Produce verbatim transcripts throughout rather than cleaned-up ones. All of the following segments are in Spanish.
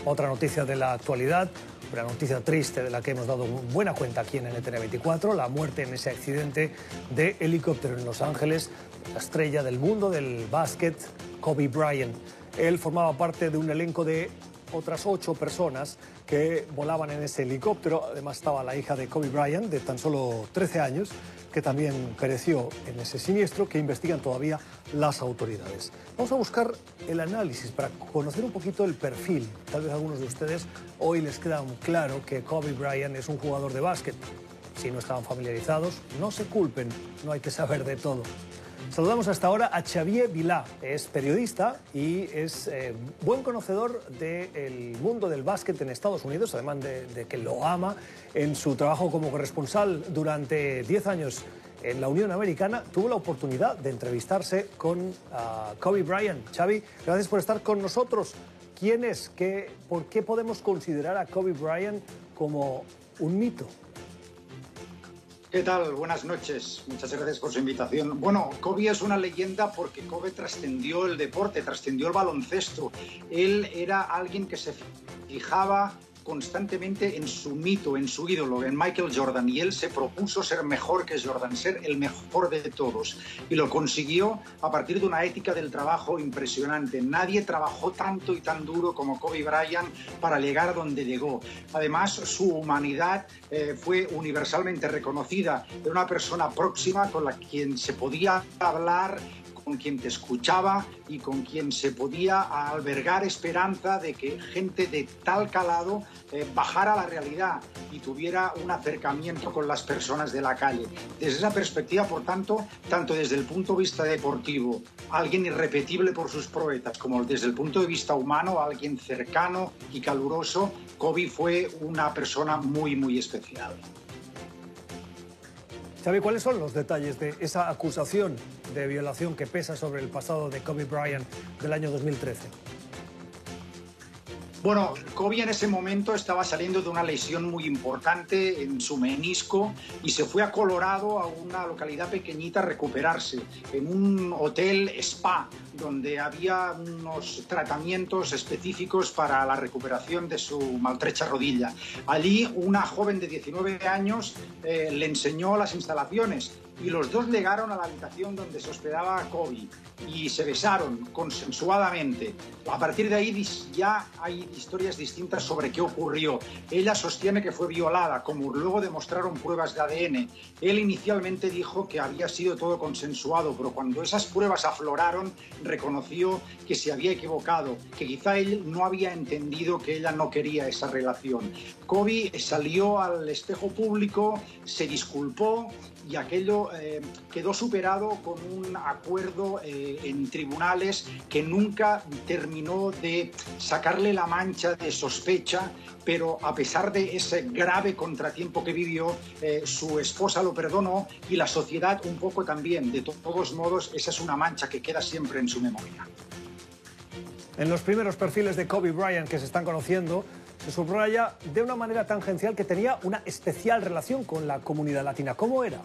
Otra noticia de la actualidad, una noticia triste de la que hemos dado buena cuenta aquí en N T N veinticuatro, la muerte en ese accidente de helicóptero en Los Ángeles, la estrella del mundo del básquet, Kobe Bryant. Él formaba parte de un elenco de otras ocho personas que volaban en ese helicóptero. Además estaba la hija de Kobe Bryant, de tan solo trece años, que también pereció en ese siniestro, que investigan todavía las autoridades. Vamos a buscar el análisis para conocer un poquito el perfil. Tal vez a algunos de ustedes hoy les queda claro que Kobe Bryant es un jugador de básquet. Si no estaban familiarizados, no se culpen, no hay que saber de todo. Saludamos hasta ahora a Xavier Vilà, es periodista y es eh, buen conocedor del mundo del básquet en Estados Unidos, además de, de que lo ama. En su trabajo como corresponsal durante diez años en la Unión Americana, tuvo la oportunidad de entrevistarse con uh, Kobe Bryant. Xavi, gracias por estar con nosotros. ¿Quién es? ¿Qué, ¿Por qué podemos considerar a Kobe Bryant como un mito? ¿Qué tal? Buenas noches. Muchas gracias por su invitación. Bueno, Kobe es una leyenda porque Kobe trascendió el deporte, trascendió el baloncesto. Él era alguien que se fijaba constantemente en su mito, en su ídolo, en Michael Jordan, y él se propuso ser mejor que Jordan, ser el mejor de todos, y lo consiguió a partir de una ética del trabajo impresionante. Nadie trabajó tanto y tan duro como Kobe Bryant para llegar a donde llegó. Además, su humanidad eh, fue universalmente reconocida. Era una persona próxima con la quien se podía hablar, con quien te escuchaba y con quien se podía albergar esperanza de que gente de tal calado eh, bajara a la realidad y tuviera un acercamiento con las personas de la calle. Desde esa perspectiva, por tanto, tanto desde el punto de vista deportivo, alguien irrepetible por sus proezas, como desde el punto de vista humano, alguien cercano y caluroso, Kobe fue una persona muy, muy especial. ¿Sabe cuáles son los detalles de esa acusación de violación que pesa sobre el pasado de Kobe Bryant del año dos mil trece? Bueno, Kobe en ese momento estaba saliendo de una lesión muy importante en su menisco y se fue a Colorado, a una localidad pequeñita, a recuperarse en un hotel spa donde había unos tratamientos específicos para la recuperación de su maltrecha rodilla. Allí una joven de diecinueve años eh, le enseñó las instalaciones y los dos llegaron a la habitación donde se hospedaba Kobe y se besaron consensuadamente. A partir de ahí ya hay historias distintas sobre qué ocurrió. Ella sostiene que fue violada, como luego demostraron pruebas de A D N. Él inicialmente dijo que había sido todo consensuado, pero cuando esas pruebas afloraron, reconoció que se había equivocado, que quizá él no había entendido que ella no quería esa relación. Kobe salió al espejo público, se disculpó y aquello eh, quedó superado con un acuerdo eh, en tribunales que nunca terminó de sacarle la mancha de sospecha, pero a pesar de ese grave contratiempo que vivió, eh, su esposa lo perdonó y la sociedad un poco también. De to todos modos, esa es una mancha que queda siempre en su memoria. En los primeros perfiles de Kobe Bryant que se están conociendo, se subraya de una manera tangencial que tenía una especial relación con la comunidad latina. ¿Cómo era?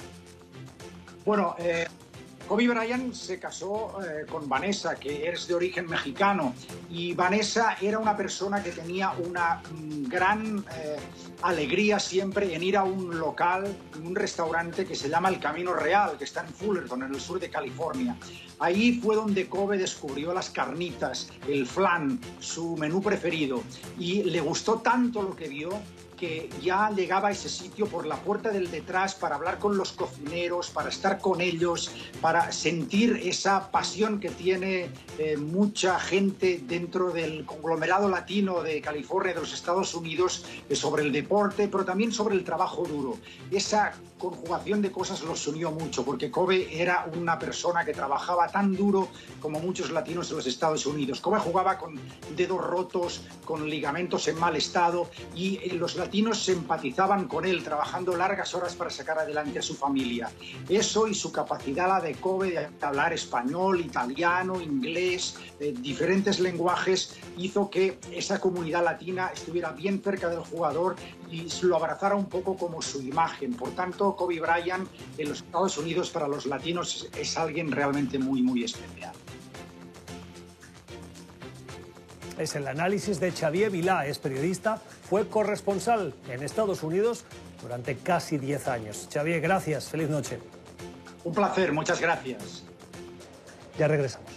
Bueno, eh, Kobe Bryant se casó eh, con Vanessa, que es de origen mexicano, y Vanessa era una persona que tenía una mm, gran eh, alegría siempre en ir a un local, un restaurante que se llama El Camino Real, que está en Fullerton, en el sur de California. Ahí fue donde Kobe descubrió las carnitas, el flan, su menú preferido, y le gustó tanto lo que vio que ya llegaba a ese sitio por la puerta del detrás para hablar con los cocineros, para estar con ellos, para sentir esa pasión que tiene eh, mucha gente dentro del conglomerado latino de California, de los Estados Unidos, eh, sobre el deporte, pero también sobre el trabajo duro. Esa conjugación de cosas los unió mucho, porque Kobe era una persona que trabajaba tan duro como muchos latinos en los Estados Unidos. Kobe jugaba con dedos rotos, con ligamentos en mal estado, y eh, los latinos se empatizaban con él, trabajando largas horas para sacar adelante a su familia. Eso y su capacidad, la de Kobe, de hablar español, italiano, inglés, eh, diferentes lenguajes, hizo que esa comunidad latina estuviera bien cerca del jugador y lo abrazara un poco como su imagen. Por tanto, Kobe Bryant en los Estados Unidos para los latinos es alguien realmente muy, muy especial. es el análisis de Xavier Vilá, es periodista, fue corresponsal en Estados Unidos durante casi diez años. Xavier, gracias, feliz noche. Un placer, muchas gracias. Ya regresamos.